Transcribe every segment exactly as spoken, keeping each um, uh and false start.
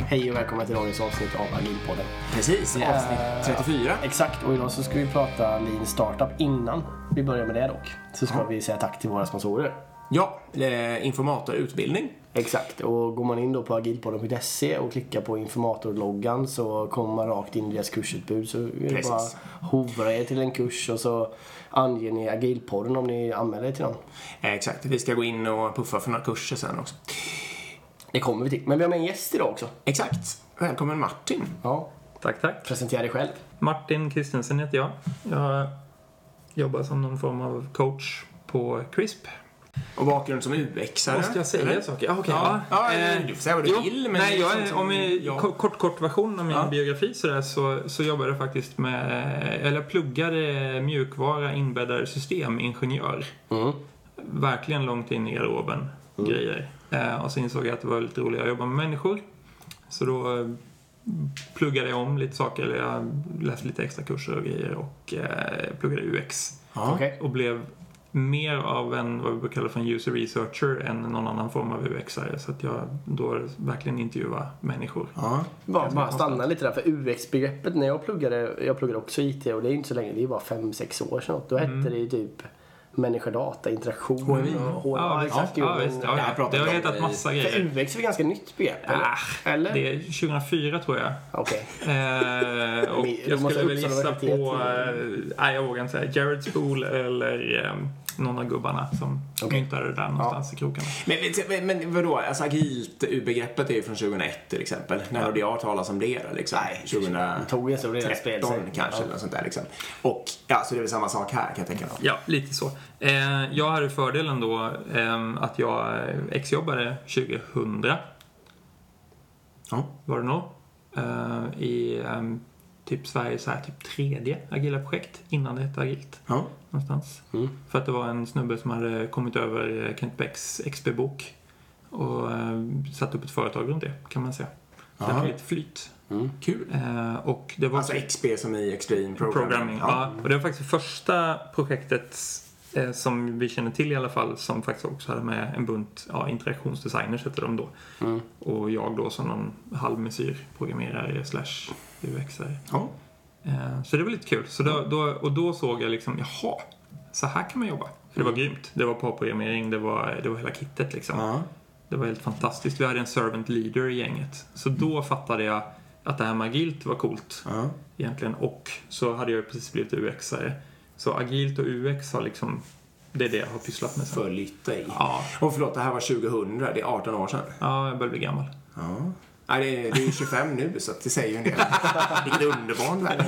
Hej och välkomna till dagens avsnitt av Agilpodden. Precis, avsnitt trettiofyra. Eh, exakt, och idag så ska vi prata Lean Startup. Innan vi börjar med det dock, så ska Ja. vi säga tack till våra sponsorer. Ja, eh, informatorutbildning. Exakt, och går man in då på agilpodden punkt se och klickar på informatorloggan så kommer man rakt in i deras kursutbud. Så är det Precis. bara hovra er till en kurs och så anger ni Agilpodden om ni anmäler er till någon. Eh, exakt, vi ska gå in och puffa för några kurser sen också. Det kommer vi till. Men vi har med en gäst idag också. Exakt, välkommen Martin. Ja, Tack, tack. presentera dig själv. Martin Kristensen heter jag. Jag jobbar som någon form av coach på Crisp. Och bakgrund som U X-are. Måste jag säga eller? saker? Ah, okay, Ja, ja, ja. du får säga vad du jo, vill. Men nej, jag sånt är, som- om vi, ja. kort, kort, kort version av min Ja. biografi sådär, så, så jobbar jag faktiskt med, eller jag pluggade mjukvara, inbäddare, systemingenjör. Mm. Verkligen långt in i garderoben Mm. grejer. Eh, och så insåg jag att det var lite roligare att jobba med människor. Så då eh, pluggade jag om lite saker, eller jag läste lite extra kurser och grejer och eh, pluggade U X. Ja. Okej. Och blev mer av en, vad vi kallar för en user researcher än någon annan form av U X-are. Så att jag då verkligen intervjuar människor. Ja. Bara, bara stanna lite där, för U X-begreppet när jag pluggade, jag pluggade också I T och det är ju inte så länge, det är bara fem sex år sedan. Då hette Mm. det ju typ människa-data, interaktion H M I. och H M I. Ja, exakt. ja, jo, visst. men- Ja, det här ja. pratar Det har vi om hetat i- massa För grejer. U X är ett ganska nytt begrepp, eller? Ah, eller? Det är tjugohundrafyra tror jag. Okej. Eh, och Men då jag måste skulle väl Uppsala gissa universitet- på, eh, nej jag vågar inte säga, Jared Spool eller eh, någon av gubbarna som Okej. myntade det där någonstans i krokarna. Men, men, men vadå, alltså agilt U-begreppet är ju från tjugohundraett till exempel. När har jag talas om det då, liksom? Nej, tjugotretton det tog en stor del av spel sig. kanske, Ja. eller något sånt där liksom. Och, ja, så det är väl samma sak här kan jag tänka mig. Ja, lite så. Eh, jag hade fördelen då eh, att jag exjobbade tjugohundra. Ja. Var det nog. Eh, I eh, typ Sveriges så här, typ tredje agila projekt innan det hette agilt. Ja. Någonstans. Mm. För att det var en snubbe som hade kommit över Kent Becks X P-bok och eh, satt upp ett företag runt det, kan man säga. Så det Aha. var lite flyt. Mm. Kul. Eh, och det var Alltså X P som i Extreme Programming. programming. Ja. Och det var faktiskt första projektet eh, som vi känner till i alla fall, som faktiskt också hade med en bunt ja, interaktionsdesigners heter de då. Mm. Och jag då som någon halvmesyr programmerare slash U X-are. Ja. Eh, så det var lite kul. Så då, då, och då såg jag liksom, jaha, så här kan man jobba. För det var grymt. Det var på-programmering, det var, det var hela kittet liksom. Ja. Det var helt fantastiskt. Vi hade en servant leader i gänget. Så då fattade jag att det här med agilt var coolt Ja. egentligen. Och så hade jag precis blivit U X-are. Så agilt och U X har liksom, det är det jag har pysslat med sen. Följt dig. Ja, Och förlåt, det här var tjugohundra, det är arton år sedan. ja, jag börjar bli gammal. Ja. Nej, det är, det är tjugofem nu, så att det säger ju en del. Vilket underbarn värld.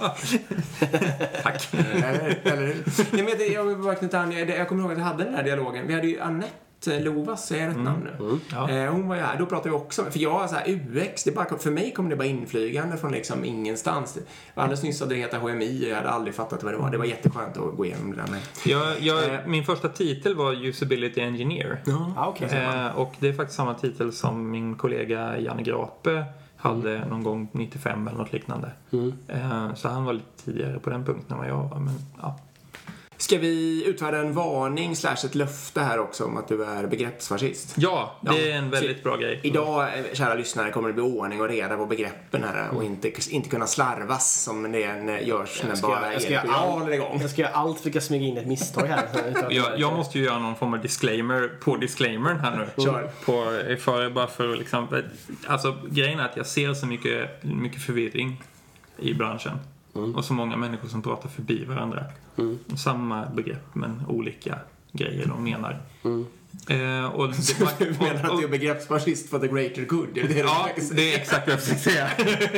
Tack. Eller, eller hur? Nej, men det, jag, vill bara knyta an, jag, jag kommer ihåg att jag hade den här dialogen. Vi hade ju Annette Lovas, säger jag rätt namn nu? Mm. Ja. Eh, hon var ju här, då pratade vi också, för jag så här, U X, det bara, för mig kom det bara inflygande från liksom ingenstans. Alldeles nyss hade det hetat H M I och jag hade aldrig fattat vad det var. Det var jätteskönt att gå igenom det där med. Jag, jag, Eh. min första titel var Usability Engineer. Ah, okej. Eh, och det är faktiskt samma titel som min kollega Janne Grape hade Mm. någon gång nittiofem eller något liknande. Mm. Eh, så han var lite tidigare på den punkten än vad jag var. Men, ja. Ska vi utfärda en varning slash ett löfte här också om att du är begreppsfascist? ja, det Ja, är en väldigt så bra grej. Idag, eh, kära lyssnare, kommer det bli ordning och reda på begreppen här och inte, inte kunna slarvas som det en görs när Jag ska- bara jag ska Erik göra allt- håller igång. Jag ska göra allt för att försöka smyga in ett misstag här. utan att- Jag, jag måste ju göra någon form av disclaimer på disclaimern här nu. Kör. På, för, bara för liksom, alltså grejen är att jag ser så mycket, mycket förvirring i branschen. Mm. Och så många människor som pratar förbi varandra. Mm. Samma begrepp men olika grejer de menar. Mm. Eh, och det, Du menar att och- du är begreppsfascist för the greater good? Är det det du Ja, försöker säga? det är exakt vad jag försöker säga.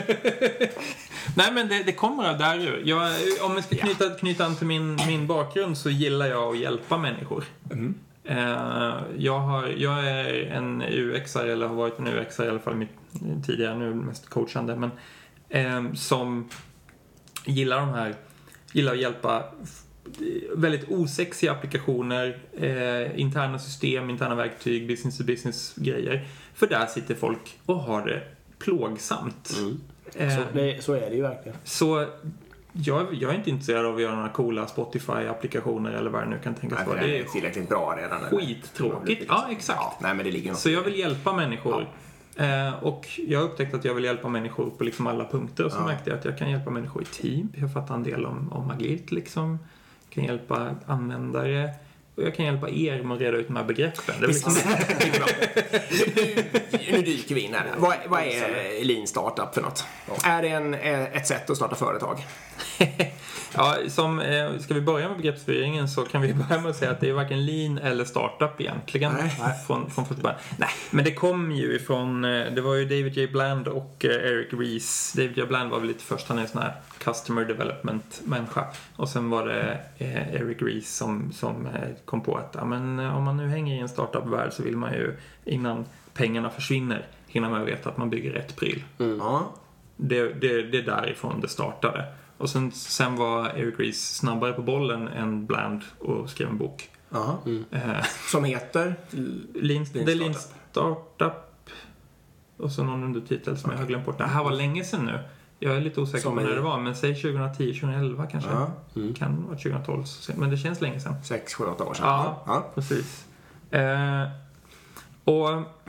Nej, men det, det kommer där ju. Jag, om jag ska knyta, knyta an till min, min bakgrund så gillar jag att hjälpa människor. Mm. Eh, jag, har, jag är en U X-are, eller har varit en U X-are i alla fall mitt, tidigare, nu mest coachande, men eh, som gillar de här, gillar att hjälpa väldigt osexiga applikationer, eh, interna system, interna verktyg, business to business grejer. För där sitter folk och har det plågsamt. Mm. Eh, Så, det, så är det ju verkligen. så jag, jag är inte intresserad av att göra några coola Spotify-applikationer eller vad det nu kan tänkas Nej, vara. det Det är är tillräckligt bra redan. eller? skittråkigt. Ja, exakt. Ja, nej, men det ligger något. Så jag vill hjälpa människor Eh, och jag har upptäckt att jag vill hjälpa människor på liksom alla punkter. Och så Ja. märkte jag att jag kan hjälpa människor i team. Jag fattar en del om, om agilt liksom. Jag kan hjälpa användare. Och jag kan hjälpa er med att reda ut de här begreppen. Det är liksom... Det är bra. Nu, nu dyker vi in här. Vad, vad är Lean Startup för något? Är det en, ett sätt att starta företag? Ja, som, eh, ska vi börja med begreppsförvirringen så kan vi börja med att säga att det är varken lean eller startup egentligen. Nej. Från, från första början. Nej, men det kom ju ifrån, eh, det var ju David J. Bland och eh, Eric Ries. David J. Bland var väl lite först, han är en sån här customer development-människa. Och sen var det eh, Eric Ries som, som eh, kom på att ja, men, eh, om man nu hänger i en startup-värld så vill man ju innan pengarna försvinner hinna med att veta att man bygger rätt pryl. Mm. Ja. Det, det, det är därifrån det startade. Och sen, sen var Eric Ries snabbare på bollen än Bland och skrev en bok. Aha. Mm. Eh, Som heter? Lean, Lean The Lean Startup. Startup. Och så någon undertitel som jag har glömt bort. Det här var länge sedan nu. Jag är lite osäker Som på när i- det var. Men säg tjugohundratio, tjugohundraelva kanske. Ja. Mm. Kan vara tjugohundratolv. Men det känns länge sedan. Sex, sju, åtta år sedan. Ja, Ja. precis. Eh, och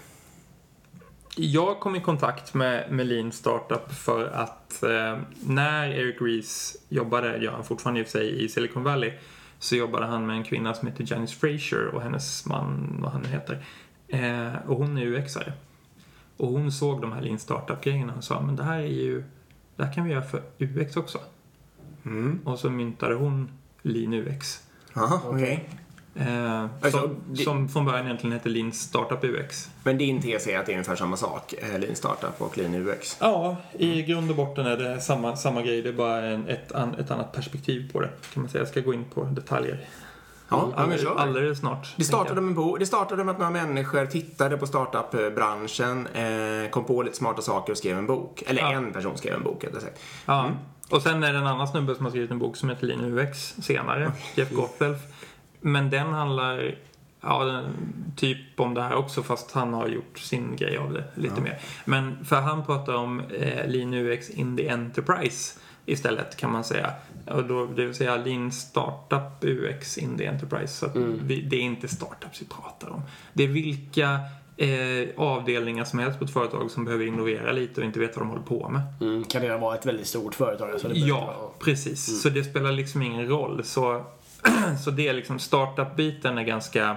jag kom i kontakt med, med Lean Startup för att eh, när Eric Ries jobbade, gör han fortfarande i och för sig i Silicon Valley, så jobbade han med en kvinna som heter Janice Fraser och hennes man, vad han nu heter. Eh, och hon är U X-are. Och hon såg de här Lean Startup-grejerna och sa, men det här är ju, det här kan vi göra för U X också. Mm. Och så myntade hon Lean U X. Aha, okej. Eh, Alltså, som, det- som från början egentligen heter Lean Startup U X. Men din tes är att det är ungefär samma sak, eh, Lean Startup och Lean U X. Ja, i grund och botten är det samma, samma grej. Det är bara en, ett, an, ett annat perspektiv på det, kan man säga. Jag ska gå in på detaljer Ja, ja men alldeles, kör. alldeles snart. Det startade, med bo, det startade med att några människor tittade på startup-branschen, eh, kom på lite smarta saker och skrev en bok. Eller Ja. en person skrev en bok, helt sagt. Ja. Mm. Och sen är det en annan snubbe som har skrivit en bok som heter Lean U X senare, Jeff Gothelf. Men den handlar ja, den, typ om det här också, fast han har gjort sin grej av det lite Ja. mer. Men för han pratar om eh, Lean U X in the Enterprise istället, kan man säga. Och då, det vill säga Lean Startup U X in the Enterprise. Så att Mm. vi, det är inte startups vi pratar om. Det är vilka eh, avdelningar som helst på ett företag som behöver innovera lite och inte vet vad de håller på med. Mm. Kan det vara ett väldigt stort företag? Alltså det behöver Ja, vara- precis. Mm. Så det spelar liksom ingen roll. Så, så det är liksom, startup-biten är ganska...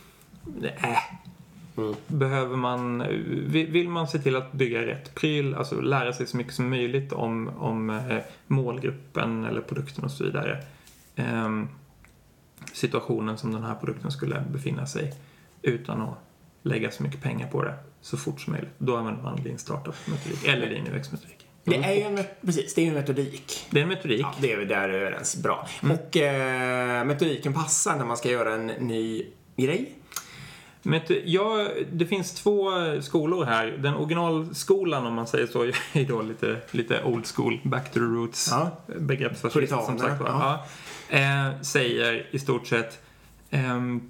Äh. Mm. Behöver man... Vill vill man se till att bygga rätt pryl, alltså lära sig så mycket som möjligt om, om eh, målgruppen eller produkten och så vidare. Ehm, situationen som den här produkten skulle befinna sig utan att lägga så mycket pengar på det så fort som möjligt. Då använder man Lean Startup-metodik eller Lean U X-metodik. Det är ju en, precis, det är ju en metodik. Det är en metodik. Ja, det är vi där överens. Bra. Mm. Och eh, metodiken passar när man ska göra en ny grej. Men ja, det finns två skolor här. Den originalskolan, om man säger så, är då lite, lite old school, back to the roots Ja. begreppsfascist, som Puritaner, sagt var. ja. Ja. Eh, säger i stort sett ehm,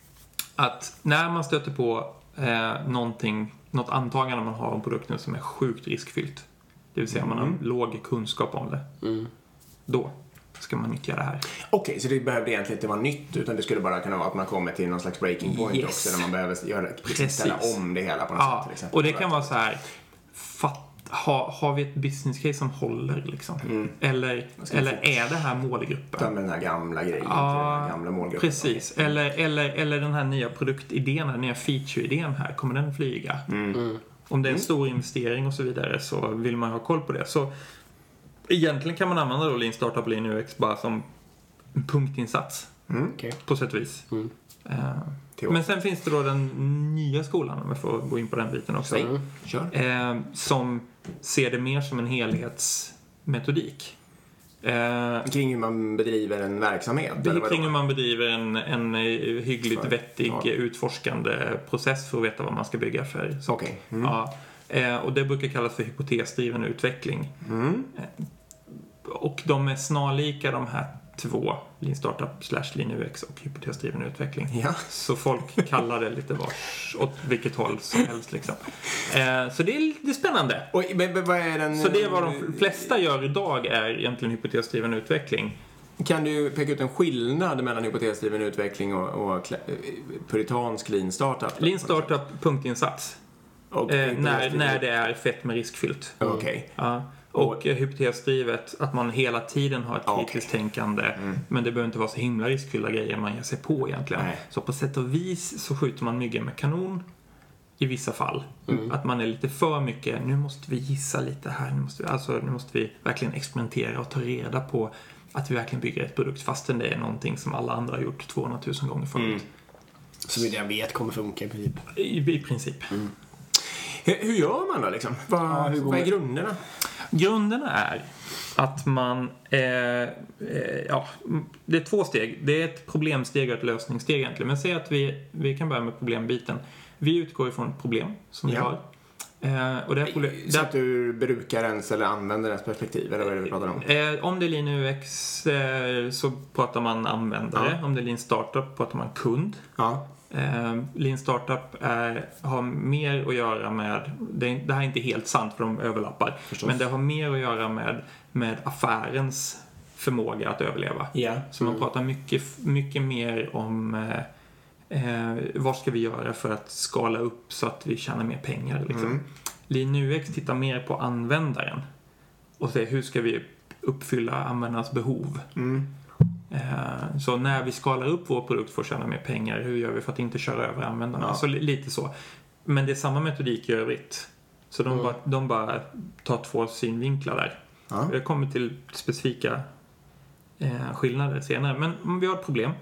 att när man stöter på eh, någonting, något antagande man har om produkten som är sjukt riskfyllt, det vill säga man har Mm. låg kunskap om det, Mm. då ska man nyttja det här. Okej, så det behövde egentligen inte vara nytt, utan det skulle bara kunna vara att man kommer till någon slags breaking point Yes. också, när man behöver göra, liksom, Precis. ställa om det hela på något Ja, sätt. Till exempel. och det kan vara så här, fatt, ha, har vi ett business case som håller liksom? Mm. Eller, ska eller fort- är det här Ta målgruppen? med den här gamla grejen Ja, till den gamla målgruppen. Precis. Eller, eller, eller den här nya produktidén, den nya feature-idén här, kommer den flyga? Mm. Mm. Om det är en Mm. stor investering och så vidare så vill man ha koll på det. Så egentligen kan man använda då Lean Startup, Lean U X bara som en punktinsats Mm. Okej. på sätt och vis. Mm. Eh, Teori. Men sen finns det då den nya skolan, om jag får gå in på den biten också. Säg. Mm. Kör. Eh, som ser det mer som en helhetsmetodik. Eh, Kring hur man bedriver en verksamhet. det eller är vadå? kring hur man bedriver en, en eh, hyggligt För- vettig ja. utforskande process för att veta vad man ska bygga för saker. Okej. Mm. Ja, eh, och det brukar kallas för hypotesdriven utveckling. Mm. Och de är snarlika, de här två, Lean Startup slash Lean U X och hypotesdriven utveckling. Ja. Så folk kallar det lite vars åt vilket håll som helst liksom. Eh, så det är, det är spännande. Och men, men, vad är den... Så det är vad de flesta gör idag är egentligen hypotesdriven utveckling. Kan du peka ut en skillnad mellan hypotesdriven utveckling och, och kla- puritansk lean startup? Lean Startup, punktinsats. Och eh, när, när det är fett med riskfyllt. Okej. Okay. Ja. Och eh, hypotesdrivet, att man hela tiden har ett kritiskt okay. tänkande. Mm. Men det behöver inte vara så himla riskfyllda grejer man ger sig på egentligen. Nej. Så på sätt och vis så skjuter man myggen med kanon i vissa fall. Mm. Att man är lite för mycket, nu måste vi gissa lite här. Nu måste vi, alltså, nu måste vi verkligen experimentera och ta reda på att vi verkligen bygger ett produkt fastän det är någonting som alla andra har gjort tvåhundratusen gånger förut. Mm. Så det jag vet kommer funka i princip. I, i princip. Mm. Hur, hur gör man då liksom? Vad, ja, hur vad är grunderna? Grunderna är att man, eh, eh, ja, det är två steg. Det är ett problemsteg och ett lösningssteg egentligen. Men säg att vi, vi kan börja med problembiten. Vi utgår ifrån ett problem som vi ja. har. Eh, och det är problem, så att du brukarens eller användarens perspektiv, eller vad är det vi pratar om? Eh, om det är Lean U X eh, så pratar man användare. Ja. Om det är Lean Startup pratar man kund. Ja. Eh, Lean Startup är, har mer att göra med, det, det här är inte helt sant för de överlappar, förstås. Men det har mer att göra med, med affärens förmåga att överleva. Yeah. Så man mm. pratar mycket, mycket mer om eh, eh, vad ska vi göra för att skala upp så att vi tjänar mer pengar. Liksom. Mm. Lean U X tittar mer på användaren och säger hur ska vi uppfylla användarnas behov. Mm. Så när vi skalar upp vår produkt för att tjäna mer pengar, hur gör vi för att inte köra över användarna? Ja. Så lite så. Men det är samma metodik i övrigt. Så de, mm. bara, de bara tar två synvinklar där. Ja. Jag kommer till specifika eh, skillnader senare. Men vi har ett problem.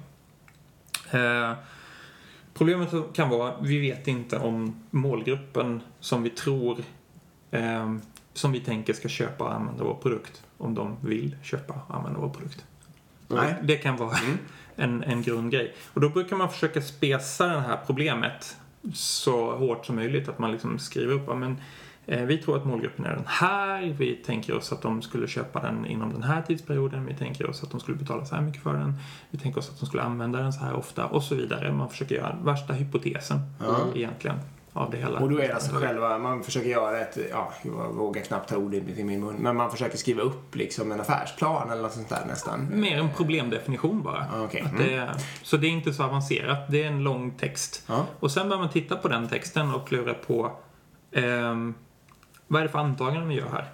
Eh, problemet kan vara, vi vet inte om målgruppen som vi tror, eh, som vi tänker ska köpa och använda vår produkt, om de vill köpa och använda vår produkt. Nej. Det kan vara mm. en, en grundgrej. Och då brukar man försöka spesa det här problemet så hårt som möjligt. Att man liksom skriver upp, men eh, vi tror att målgruppen är den här. Vi tänker oss att de skulle köpa den inom den här tidsperioden. Vi tänker oss att de skulle betala så här mycket för den. Vi tänker oss att de skulle använda den så här ofta och så vidare. Man försöker göra värsta hypotesen mm. egentligen. Av det hela. Och då är det alltså själva, man försöker göra ett, ja, jag vågar knappt ta ord i min mun, men man försöker skriva upp liksom en affärsplan eller något sånt där nästan. Mer en problemdefinition bara. Okay. Att det är, så det är inte så avancerat, det är en lång text. Ja. Och sen bör man titta på den texten och klura på eh, vad är det för antaganden vi gör här?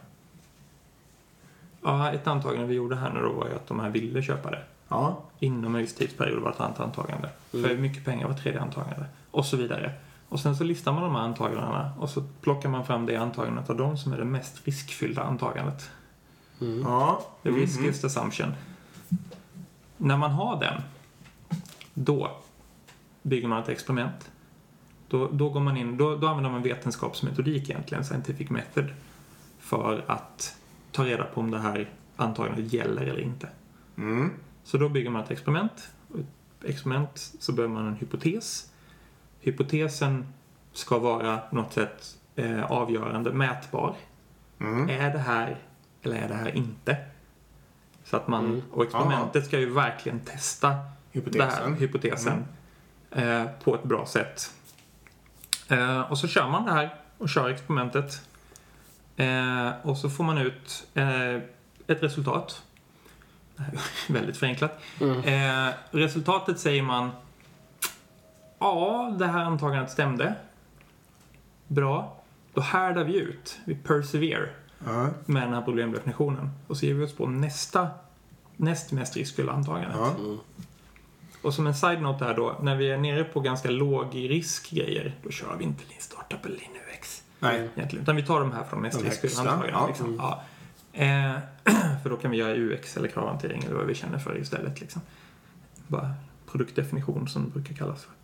Ja, ett antagande vi gjorde här nu då var ju att de här ville köpa det. Ja. Inom en viss tidsperiod var ett annat antagande. Mm. För mycket pengar var tredje antagande. Och så vidare. Och sen så listar man de här antagandena och så plockar man fram det antagandet av dem som är det mest riskfyllda antagandet. Mm. Ja. The riskiest mm. assumption. När man har den, då bygger man ett experiment. Då, då går man in, då, då använder man vetenskapsmetodik egentligen, scientific method, för att ta reda på om det här antagandet gäller eller inte. Mm. Så då bygger man ett experiment. Experiment så behöver man en hypotes. Hypotesen ska vara på något sätt eh, avgörande, mätbar. Mm. Är det här eller är det här inte? Så att man, mm. och experimentet Aha. ska ju verkligen testa hypotesen, det här, hypotesen mm. eh, på ett bra sätt. Eh, och så kör man det här och kör experimentet. Eh, och så får man ut eh, ett resultat. Väldigt förenklat. Mm. Eh, resultatet säger man, ja, det här antagandet stämde. Bra. Då härdar vi ut. Vi persevere uh-huh. med den här problemdefinitionen. Och så ger vi oss på nästa näst mest riskfyllda antagandet. Uh-huh. Mm. Och som en side-note där då, när vi är nere på ganska låg riskgrejer, då kör vi inte Lean Startup eller Lean U X. Nej. Egentligen. Utan vi tar de här från mest riskfyllda antaganden. Ja. Liksom. Mm. Ja. Eh, för då kan vi göra U X eller kravhantering eller vad vi känner för istället. Liksom. Bara produktdefinition som det brukar kallas för.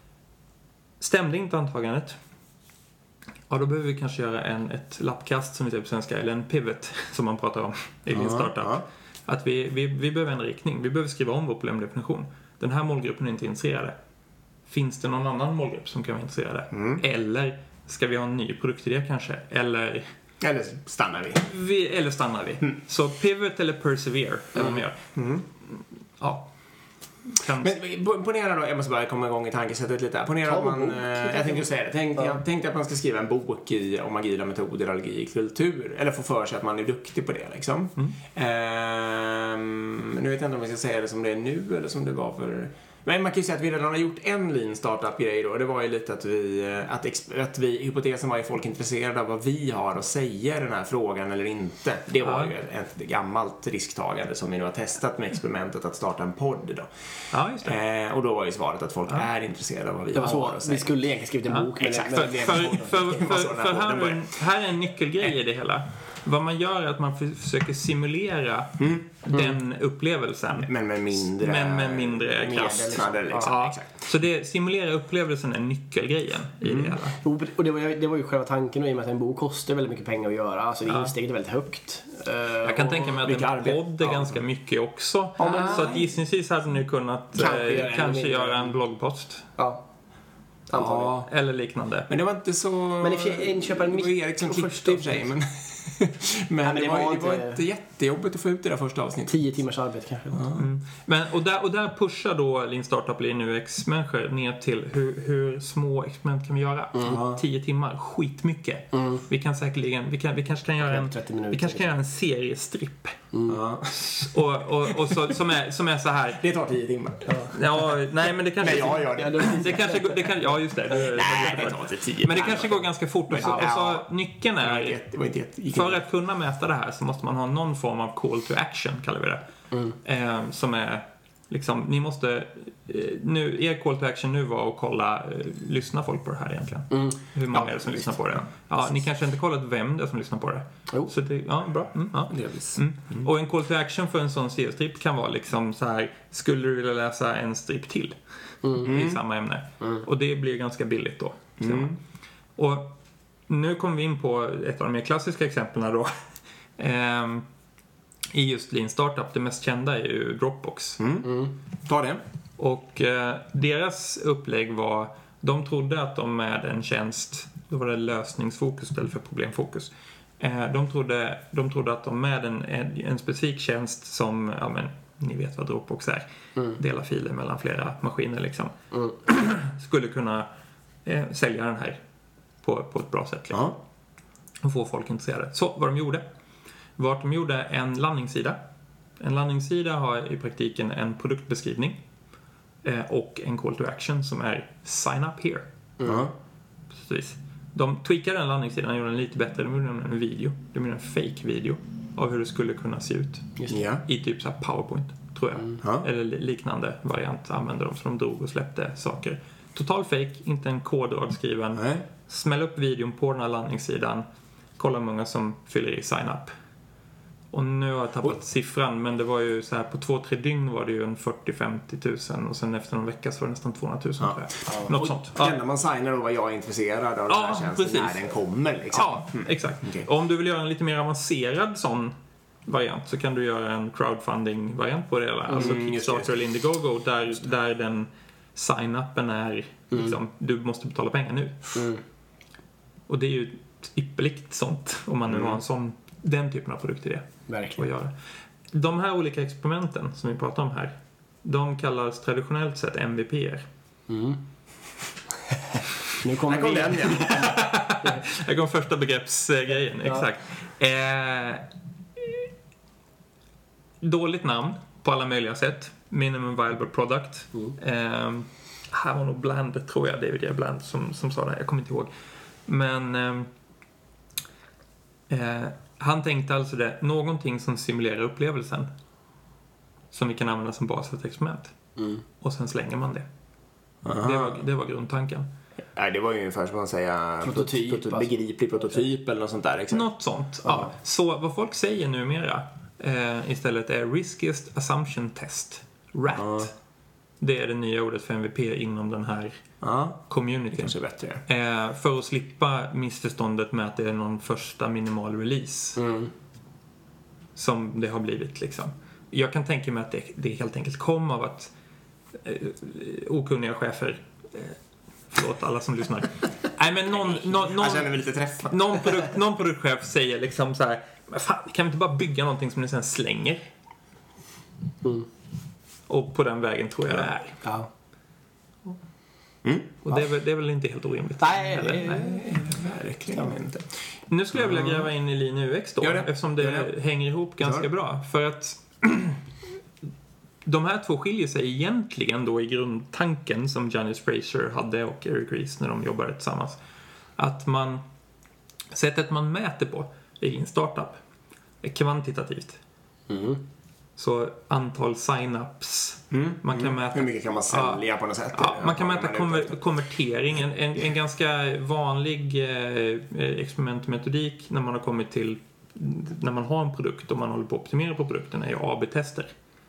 Stämde inte antagandet, ja, då behöver vi kanske göra en, ett lappkast som vi säger på svenska, eller en pivot som man pratar om i Lean Startup. Ja. Att vi, vi, vi behöver en riktning, vi behöver skriva om vår problemdefinition. Den här målgruppen är inte intresserade. Finns det någon annan målgrupp som kan vara intresserade? Mm. Eller ska vi ha en ny produktidé kanske? Eller, eller stannar vi. vi eller stannar vi. Mm. Så pivot eller persevere, mm. eller vad man gör. Mm. Ja. Kan... Men ponera då, jag måste bara komma igång i tankesättet lite. Ponera att man, eh, jag tänkte säga det. Tänk, ja. Jag tänkte att man ska skriva en bok i, om agila metoder, allergi, kultur. Eller få för sig att man är duktig på det liksom. Mm. Ehm, nu vet jag inte om jag ska säga det som det är nu eller som det var för Men man kan ju säga att vi redan har gjort en lean startup-grej då. Det var ju lite att vi, att, att vi, hypotesen var ju folk intresserade av vad vi har att säga i den här frågan eller inte. Det var ju ett gammalt risktagande som vi nu har testat med experimentet att starta en podd då. Ja, just det. Eh, och då var ju svaret att folk ja. är intresserade av vad vi det var har så, att säga. Vi skulle egentligen skrivit en bok. Ja, men, exakt. men, för, för, för, för, för, för här, är en, här är en nyckelgrej i det hela. Vad man gör är att man försöker simulera mm. den mm. upplevelsen. Men med mindre, men med mindre kraft. Liksom. Liksom. Ja. Så det, simulera upplevelsen är nyckelgrejen mm. i det hela. Och det var, det var ju själva tanken, i och med att en bok kostar väldigt mycket pengar att göra. Alltså det ja. insteget är väldigt högt. Jag kan tänka mig att en arbete. podd är ja. ganska mycket också. Ja, så att gissningsvis hade ni kunnat kanske, eh, kanske göra en bloggpost. Ja. Ja. Eller liknande. Men det var inte så... Men i köpa en mick... Det var Erik som klippte i och för sig, men... men, ja, men det, det, var, var inte... det var inte jättejobbigt att få ut det där första avsnittet. Tio timmars arbete kanske. Mm. Men, och, där, och där pushar då Lean Startup, Lean U X-människor ner till hur, hur små experiment kan vi göra. Mm. Tio timmar, skitmycket. Mm. Vi kan säkerligen, vi, kan, vi kanske kan göra en, vi kanske kan göra en seriestripp. Mm. och, och, och så, som, är, som är så här. Det tar tio timmar. Ja, ja nej men det kanske... Nej, jag gör det. det kanske, det kan, ja, just det. det nej, det tar inte tio. Men det kanske går ganska fort. Och så, och så nyckeln är... Det var inte jätte, för att kunna mäta det här så måste man ha någon form av call to action, kallar vi det. Mm. Eh, som är liksom, ni måste eh, nu, er call to action nu var att kolla, eh, lyssnar folk på det här egentligen? Mm. Hur många ja, är det som lyssnar på det? Ja, ni kanske inte kollat vem det är som lyssnar på det. Jo. Så det, ja, bra. Mm, ja. Mm. Mm. Och en call to action för en sån C S-strip kan vara liksom så här, skulle du vilja läsa en strip till mm. i samma ämne? Mm. Och det blir ganska billigt då. Mm. Och nu kommer vi in på ett av de mer klassiska exemplen då. ehm, I just Lean Startup. Det mest kända är ju Dropbox. Mm. Mm. Ta det. Och eh, deras upplägg var, de trodde att de med en tjänst, då var det lösningsfokus istället för problemfokus. Eh, de, trodde, de trodde att de med en, en, en specifik tjänst som, ja men, ni vet vad Dropbox är. Mm. Dela filer mellan flera maskiner liksom. Mm. Skulle kunna eh, sälja den här på, på ett bra sätt. Liksom. Ja. Och få folk intresserade. Så vad de gjorde var att de gjorde en landningssida. En landningssida har i praktiken en produktbeskrivning eh, och en call to action som är sign up here. Mm. Precis. De tweakade den landningssidan och gjorde den lite bättre. De gjorde en video. De gjorde en fake video av hur det skulle kunna se ut. Just det. I typ så här PowerPoint, tror jag. Mm. Eller liknande variant använde de. Så de drog och släppte saker. Total fake, inte en kodrad skriven. Nej. Smäll upp videon på den här landningssidan. Kolla hur många som fyller i sign up. Och nu har jag tappat oh. siffran, men det var ju så här på två, tre dygn var det ju en fyrtio till femtio tusen och sen efter någon vecka så var det nästan tvåhundratusen ja. tror jag. Ja. Något och sånt. Ja. När man signar då var jag intresserad av ja, den här tjänsten när den kommer liksom. Ja, mm. exakt. Okay. Och om du vill göra en lite mer avancerad sån variant så kan du göra en crowdfunding-variant på det hela. Mm, alltså Kickstarter eller Indiegogo där, där den sign-upen är mm. liksom, du måste betala pengar nu. Mm. Och det är ju ypperligt sånt om man nu mm. har en sån, den typen av produktidé. Verkligen. Att göra. De här olika experimenten som vi pratar om här, de kallas traditionellt sett M V P-er. Mm. Nu kommer kom den igen. Här kom första begreppsgrejen, ja. Exakt. Eh, dåligt namn på alla möjliga sätt. Minimum viable product. Mm. Eh, här var nog Bland, tror jag, David J. Bland som, som sa det. Jag kommer inte ihåg. Men eh, eh, han tänkte alltså det, någonting som simulerar upplevelsen som vi kan använda som bas för ett experiment. Mm. Och sen slänger man det. Det var, det var grundtanken. Nej, det var ju ungefär som man säger prototyp, prototyp, begriplig prototyp eller något sånt där. Exakt. Något sånt, ja. ja. Så vad folk säger numera eh, istället är Riskiest Assumption Test, R A T. Ja. Det är det nya ordet för M V P inom den här ja. communityn. Kanske bättre. Eh, för att slippa missförståndet med att det är någon första minimal release. Mm. Som det har blivit liksom. Jag kan tänka mig att det, det helt enkelt kom av att eh, okunniga chefer eh, förlåt alla som lyssnar. Nej men någon någon någon, jag känner mig lite träffad. Någon produkt någon produktchef säger liksom så här, men fan, kan vi inte bara bygga någonting som ni sen slänger? Mm. Och på den vägen tror jag det är. Ja. Mm. Och det är, väl, det är väl inte helt orimligt. Nej, eller? Nej. Nej. verkligen inte. Nu skulle jag vilja gräva in i Lean U X då, det. eftersom det, det hänger ihop ganska bra. För att de här två skiljer sig egentligen då i grundtanken som Janice Fraser hade och Eric Ries när de jobbade tillsammans. Att man, sättet man mäter på i en startup är kvantitativt. Mm. Så antal sign-ups. Mm. Man kan mm. mäta, Hur mycket kan man sälja ja, på något sätt? Ja, man kan Vad mäta man konver- konvertering. En, en, en ganska vanlig eh, experimentmetodik när man har kommit till när man har en produkt och man håller på att optimera på produkten är ju A B-tester.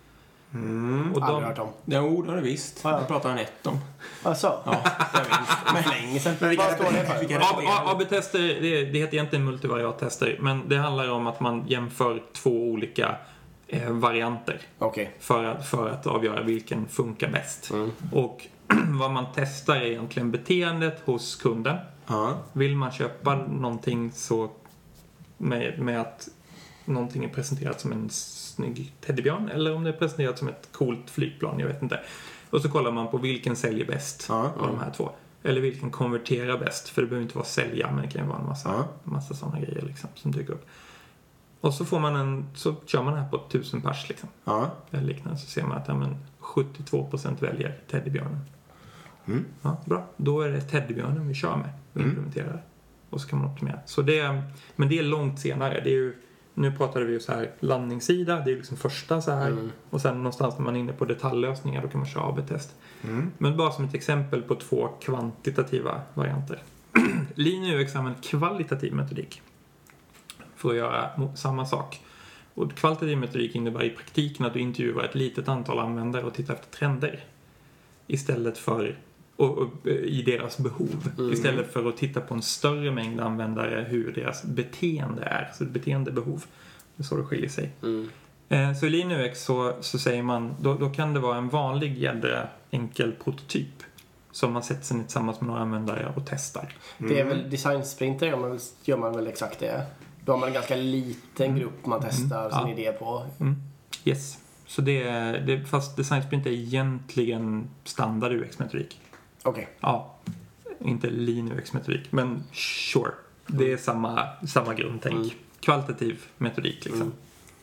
Mm. Och aldrig hört om. Det ord har du visst. Ja, ja. Jag pratar ett om. Alltså? Ja, jag vet. Men länge sedan. Men vilka Vad står det för? vilka- A B-tester, det, det heter egentligen multivariattester, men det handlar om att man jämför två olika eh, varianter Okej. för att, för att avgöra vilken funkar bäst. Mm. Och vad man testar är egentligen beteendet hos kunden. Ja. Vill man köpa någonting så med, med att någonting är presenterat som en snygg teddybjörn eller om det är presenterat som ett coolt flygplan, jag vet inte. Och så kollar man på vilken säljer bäst Ja. av de här två. Eller vilken konverterar bäst, för det behöver inte vara sälja, men det kan ju vara en massa, Ja. massa sådana grejer liksom, som dyker upp. Och så får man en, så kör man det här på tusen pers liksom. Ja. Eller liknande, så ser man att ja, men sjuttiotvå procent väljer teddybjörnen. Mm. Ja, bra. Då är det teddybjörnen vi kör med. Vi Mm. implementerar. Och så kan man optimera. Så det, men det är långt senare. Det är ju, nu pratade vi ju så här landningssida. Det är liksom första så här. Mm. Och sen någonstans när man är inne på detaljlösningar då kan man köra A B-test. Mm. Men bara som ett exempel på två kvantitativa varianter. Lean U X använder kvalitativ metodik för att göra mo- samma sak. Och kvalitativ metodik innebär i praktiken att du intervjuar ett litet antal användare och tittar efter trender. Istället för och, och, i deras behov. Mm. Istället för att titta på en större mängd användare hur deras beteende är. Så beteendebehov. Det är så det skiljer sig. Mm. Eh, så i Lean U X så, så säger man, då, då kan det vara en vanlig jädra enkel prototyp som man sätter sig ner tillsammans med några användare och testar. Det är väl designsprinter gör man, väl, gör man väl exakt det. Då har man en ganska liten grupp man testar sin Ja. idé på. Mm. Yes. Så det är, det, fast design sprint är egentligen standard U X-metodik. Okej. Ja, inte Lean U X-metodik, men sure. Det är samma, samma grundtänk. Mm. Kvalitativ metodik liksom.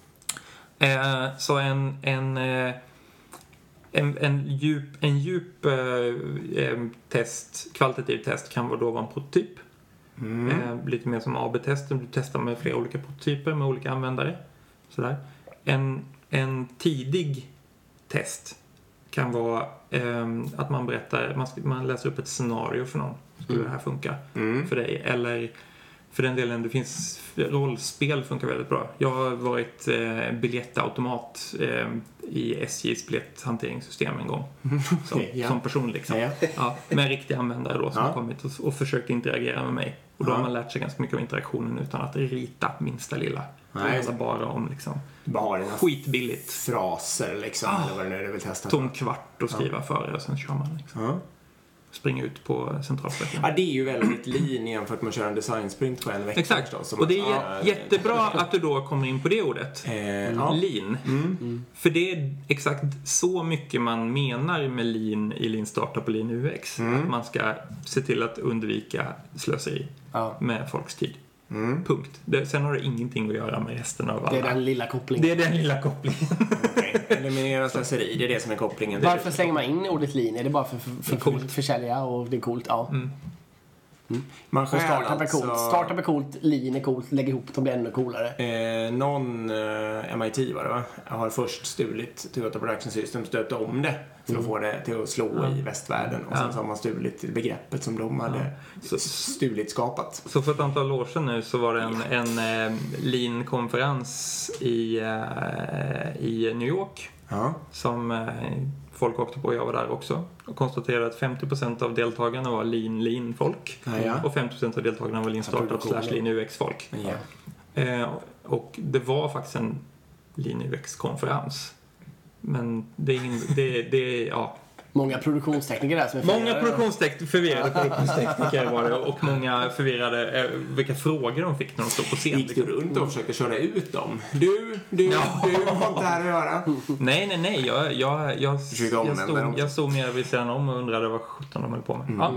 Eh, så en, en, eh, en, en djup, en djup eh, eh, test, kvalitativ test kan då vara en prototyp. Mm. Eh, lite mer som A B-test. Du testar med flera olika prototyper med olika användare. Sådär. En, en tidig test kan vara eh, att man berättar, man, man läser upp ett scenario för någon. Skulle det här funka Mm. för dig? Eller för den delen, det finns rollspel funkar väldigt bra. Jag har varit eh, biljettautomat eh, i S J:s biljetthanteringssystem en gång. Som, Ja. som person liksom. Ja. Ja, med riktiga användare då som Ja. har kommit och, och försökt interagera med mig. Och då Ja. har man lärt sig ganska mycket av interaktionen utan att rita minsta lilla. Det Nej. handlar bara om liksom Bara har dina skitbilligt. fraser liksom, Ah. eller vad det nu är du vill testa. Tom kvart och skriva före och sen kör man liksom. Ja. Springer ut på centralstationen. Ja, det är ju väldigt lean jämfört med att köra en designsprint på en vecka. Exakt. Förstås, som Och det är att- jä- jättebra att du då kommer in på det ordet. Eh, ja. Lean. Mm. För det är exakt så mycket man menar med lean i Lean Startup och Lean U X. Mm. Att man ska se till att undvika slöseri Ja. med folks tid. Mm. Punkt. Det, sen har det ingenting att göra med resten av alla. Det är den lilla kopplingen. Det är den lilla kopplingen. Okej. Eliminera slöseri, det är det som är kopplingen. Varför slänger man in ordet lean? Är det bara för, för, för, Det är coolt. för försälja och det är coolt? Ja. Mm. Man Och stjäl startup är alltså... coolt. Startup är coolt, lean är coolt, lägg ihop de blir ännu coolare. Eh, någon eh, M I T var det va? Har först stulit Toyota Production System, stöpt om det för att få det till att slå Ja. i västvärlden. Och sen Ja. så har man stulit begreppet som de hade Så- stulit skapat. Så för ett antal år sedan nu så var det en, en eh, Lean-konferens i, eh, i New York. Ja. Som eh, folk åkte på. Jag var där också. Och konstaterade att femtio procent av deltagarna var lean, lean folk. Ja, ja. Och femtio procent av deltagarna var lean startup slash lean U X folk. Ja. Eh, och det var faktiskt en lean U X-konferens. Men det är ingen, det, det, ja. Många produktionstekniker där som är Många förvirrade. produktionstek- förvirrade produktionstekniker var det. Och många förvirrade eh, vilka frågor de fick när de stod på scen. Gick du runt och försökte köra ut dem? Du, du, Ja. du har inte här att göra. Nej, nej, nej. Jag, jag, jag, Försökte jag, omvända stod, dem. jag stod mer vid sidan om och undrade vad sjutton de höll på med. Ja.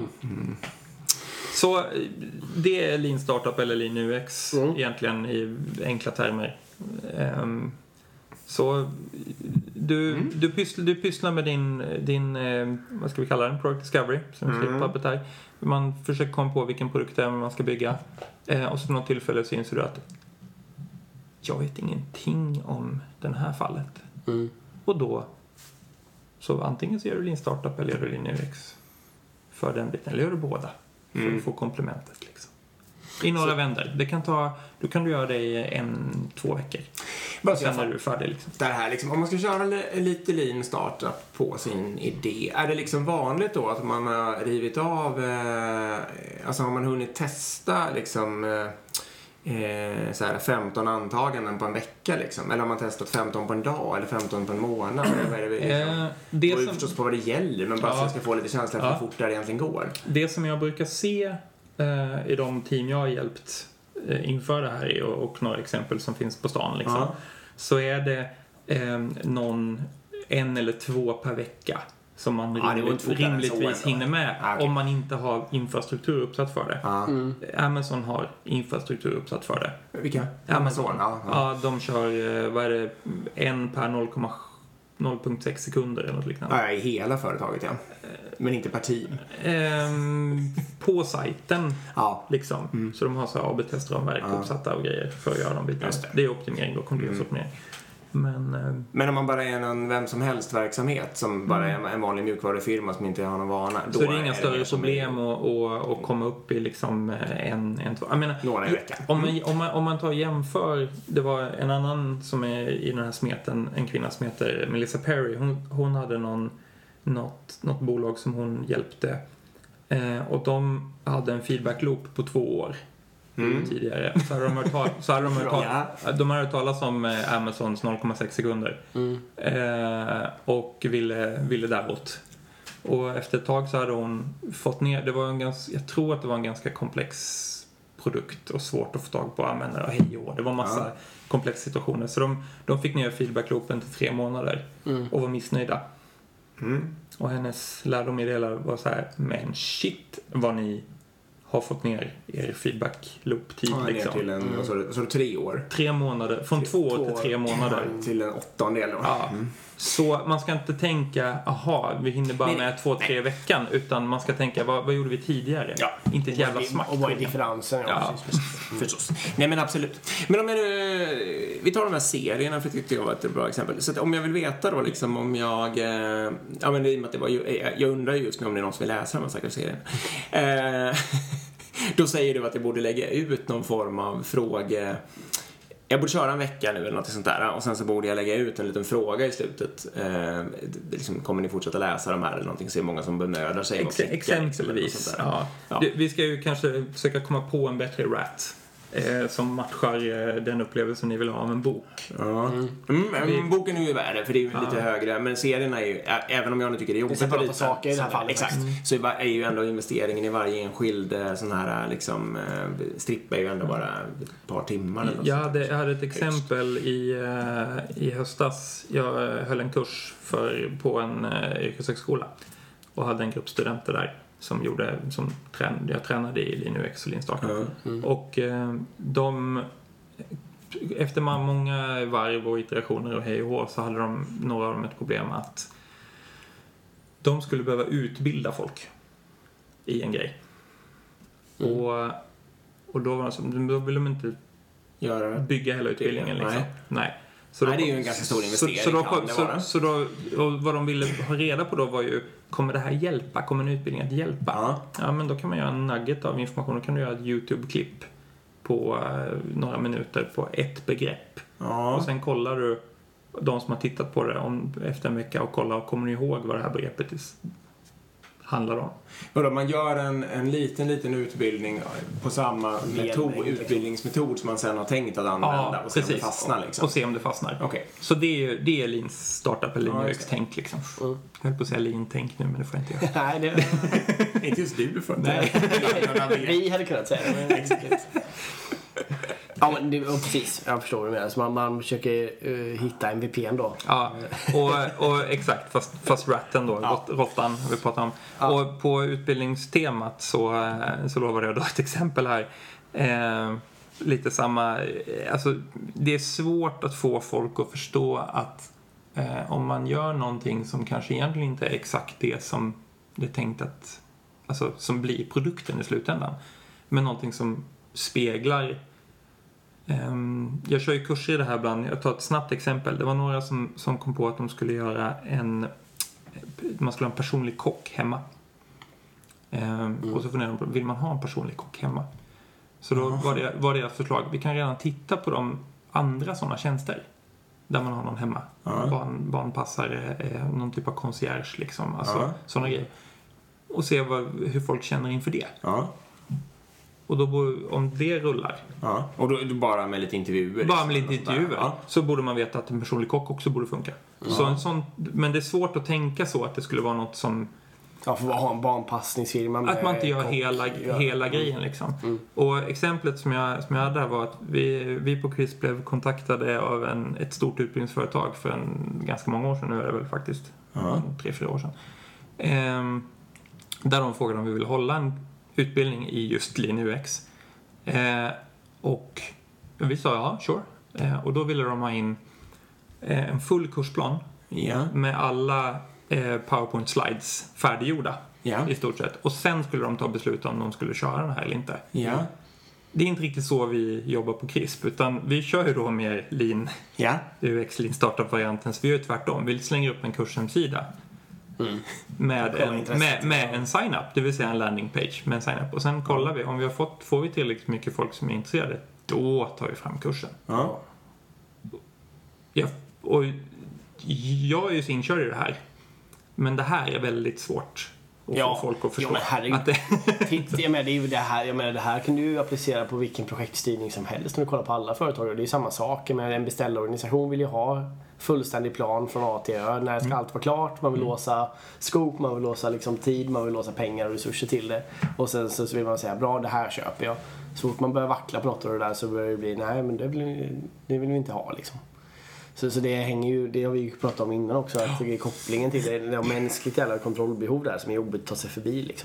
Så eh, det är Lean Startup eller Lean U X Mm. egentligen i enkla termer. Ehm, Så du, Mm. du, pysslar, du pysslar med din, din eh, vad ska vi kalla den, product discovery som vi skriver på pappret här. Man försöker komma på vilken produkt det är man ska bygga. Eh, och så på något tillfälle så inser du att jag vet ingenting om den här fallet. Mm. Och då så antingen så gör du Lean Startup eller gör du Lean U X för den biten. Eller gör du båda för Mm. att få komplementet liksom. I några vändor. Det kan ta, då kan du göra det i en, två veckor. Bara så Sen jag är du färdig liksom. Det här liksom, om man ska köra li- lite lean startup på sin idé, är det liksom vanligt då att man har rivit av, eh, alltså har man hunnit testa liksom eh, eh, så här femton antaganden på en vecka liksom, eller har man testat femton på en dag eller femton på en månad? Eller vad är det, liksom? Eh, Det det, beror ju som, förstås på vad det gäller, men bara Ja. så jag ska få lite känsla för Ja. hur fort det egentligen går. det som jag brukar se eh, i de team jag har hjälpt eh, inför det här och, och några exempel som finns på stan liksom, Ja. så är det eh, någon en eller två per vecka som man Ja, det går rimligt, inte fortare än så rimligtvis ändå. hinner med Ja, okej. om man inte har infrastruktur uppsatt för det. Ja. Mm. Amazon har infrastruktur uppsatt för det. Vilka? Amazon. Ja, ja. Ja, de kör, eh, vad är det, en per noll komma noll sex sekunder eller något liknande. Ja, i hela företaget, ja. Men inte per team. Ehm, på sajten Ja. liksom. Mm. Så de har så här A B-testramverk Ja. uppsatta och grejer för att göra de bitarna. Just Det. det. är optimering då, kontinuitetsoptimering. Men ehm, Men om man bara är en vem som helst verksamhet som bara är en vanlig mjukvarufirma som inte har någon vana, då så är det inga mer större som problem att, att, att komma upp i liksom en, en två. Jag menar, några i veckan. Om man, om, man, om man tar och jämför, det var en annan som är i den här smeten, en kvinna som heter Melissa Perry. Hon, hon hade någon, något, något bolag som hon hjälpte. Eh, och de hade en feedback loop på två år Mm. tidigare. Så hade de hört, tal, så hade de hört, tal, Ja. de hade hört talas om eh, Amazons noll komma sex sekunder. Mm. Eh, och ville, ville däråt. Och efter ett tag så hade hon fått ner, det var en ganska, jag tror att det var en ganska komplex produkt och svårt att få tag på användare och hej och det var massa Ja. komplexa situationer. Så de, de fick ner feedbackloopen till tre månader Mm. och var missnöjda. Mm. Och hennes lärdomeddelare var så här, men shit vad ni har fått ner er feedback-loop-tid Ja, ner liksom. till en, vad sa du, vad sa du, tre år? Tre månader, från två år till tre månader. Till en åttondel då. Ja. Mm. Så man ska inte tänka, aha, vi hinner bara Nej, med två, tre i veckan. Utan man ska tänka, vad, vad gjorde vi tidigare? Ja. Inte ett jävla Och smack. vad är differensen? Ja, Ja. precis, precis. Förstås. Nej men absolut. Men om jag nu, vi tar de här serierna för det tyckte jag var ett bra exempel. Så att om jag vill veta då liksom om jag, eh, ja men i och med att det var ju, jag undrar just nu om det är någon som vill läsa de här säkert serien. Eh, då säger du att jag borde lägga ut någon form av fråga. Jag borde köra en vecka nu eller något sånt där och sen så borde jag lägga ut en liten fråga i slutet. Eh, liksom, kommer ni fortsätta läsa de här eller någonting? Så är det många som bemödar sig. Ex- exempelvis. Ja. Ja. Du, vi ska ju kanske försöka komma på en bättre rat. Eh, som matchar eh, den upplevelsen ni vill ha av en bok. Ja. Mm. Mm, Vi- boken är ju värre för det är ju Ja. lite högre. Men serierna är ju, ä- även om jag nu tycker det är jobbigt Det är separata att rita, saker i det här så- fallet. Exakt. Så är är ju ändå investeringen i varje enskild eh, sån här liksom eh, stripp är ju ändå bara ett par timmar eller något Jag sånt. hade, jag hade ett exempel i, eh, i höstas. Jag eh, höll en kurs för, på en uh, yrkeshögskola och hade en grupp studenter där som gjorde, som trän, jag tränade i Lean U X och Lean Startup. Ja. Mm. Och eh, de, efter många varv och iterationer och hej och hå så hade de, några av dem ett problem att de skulle behöva utbilda folk i en grej. Mm. Och, och då, var det så, då ville de inte Göra det. bygga hela utbildningen liksom. Nej. Nej. Så Nej, då, det är ju en ganska stor investering, Så, så, då, kan det så, vara. så då, och vad de ville ha reda på då var ju, kommer det här hjälpa? Kommer en utbildning att hjälpa? Ja. Ja, men då kan man göra en nugget av information. Då kan du göra ett YouTube-klipp på eh, några minuter på ett begrepp. Och Ja. sen kollar du de som har tittat på det om, efter en vecka och kollar, kommer ni ihåg vad det här begreppet is, handlar om? Vadå, man gör en, en liten, liten utbildning på samma metod, utbildningsmetod som man sen har tänkt att använda och se om det fastnar liksom. Och se om det fastnar. Okej. Så det är ju det är Lean Startup eller Ja, Lean U just X-tänk liksom. Mm. Jag höll på att säga Lean-tänk nu, men det får jag inte göra. Nej, det, Inte just du för nej. Vi hade kunnat säga det. Men exakt. Ja, men det, och precis. Jag förstår vad du menar. Så man, man försöker uh, hitta M V P:n då. Ja, och, och exakt, fast, fast ratten då, Ja. rott, råttan vi pratar om. Ja. Och på utbildningstemat så, så lovade jag då ett exempel här. Eh, lite samma, alltså det är svårt att få folk att förstå att eh, om man gör någonting som kanske egentligen inte är exakt det som det är tänkt att, alltså som blir produkten i slutändan, men någonting som speglar. Um, jag kör ju kurser i det här ibland. Jag tar ett snabbt exempel. Det var några som, som kom på att de skulle göra en, man skulle ha en personlig kock hemma. Um, mm. Och så funderade de på, vill man ha en personlig kock hemma? Så då var det, var det ett förslag. Vi kan redan titta på de andra sådana tjänster där man har någon hemma. Mm. Barn, barnpassare, eh, någon typ av concierge liksom. Alltså mm. sådana grejer. Och se vad, hur folk känner inför det. Mm. Och då, om det rullar. Ja. Och då bara med lite intervjuer. Bara med lite intervjuer. Ja. Så borde man veta att en personlig kock också borde funka. Ja. Så en sån, men det är svårt att tänka så att det skulle vara något som... Ja, för att ha en barnpassningsfirma. Att man inte gör kock, hela, ja. hela grejen liksom. Mm. Och exemplet som jag, som jag hade var att vi, vi på Quiz blev kontaktade av en, ett stort utbildningsföretag för en, ganska många år sedan. Nu är det väl faktiskt ja. tre, fyra år sedan. Ehm, där de frågade om vi ville hålla en utbildning i just Lean U X. Eh, och vi sa ja, sure. Eh, och då ville de ha in eh, en full kursplan yeah. med alla eh, PowerPoint slides färdiggjorda yeah. i stort sett. Och sen skulle de ta beslut om de skulle köra den här eller inte. Yeah. Det är inte riktigt så vi jobbar på C R I S P, utan vi kör ju då mer Lean yeah. U X, Lean Startup-varianten. Så vi gör tvärtom. Vi slänger upp en kurshemsida. Mm. Med, en, med, med en sign-up, det vill säga en landing page med en sign-up. Och sen kollar vi, om vi har fått, får vi tillräckligt mycket folk som är intresserade, då tar vi fram kursen. Ja. Ja, och jag är ju så inkörd i det här. Men det här är väldigt svårt att ja. få folk att förstå. Ja, men herregud. Att det... Titt, jag menar, det är ju det här, jag menar, det här kan du ju applicera på vilken projektstyrning som helst när du kollar på alla företag. Det är ju samma sak. Men en beställorganisation vill ju ha fullständig plan från A till Ö. När ska mm. allt vara klart? Man vill mm. låsa skop, man vill låsa liksom tid, man vill låsa pengar och resurser till det. Och sen så vill man säga, bra, det här köper jag. Så fort man börjar vackla på något av det där så börjar det bli, nej men det vill, det vill vi inte ha liksom. Så, så det hänger ju, det har vi ju pratat om innan också, att det är kopplingen till det, det är mänskligt jävla kontrollbehov där som är jobbigt att ta sig förbi liksom.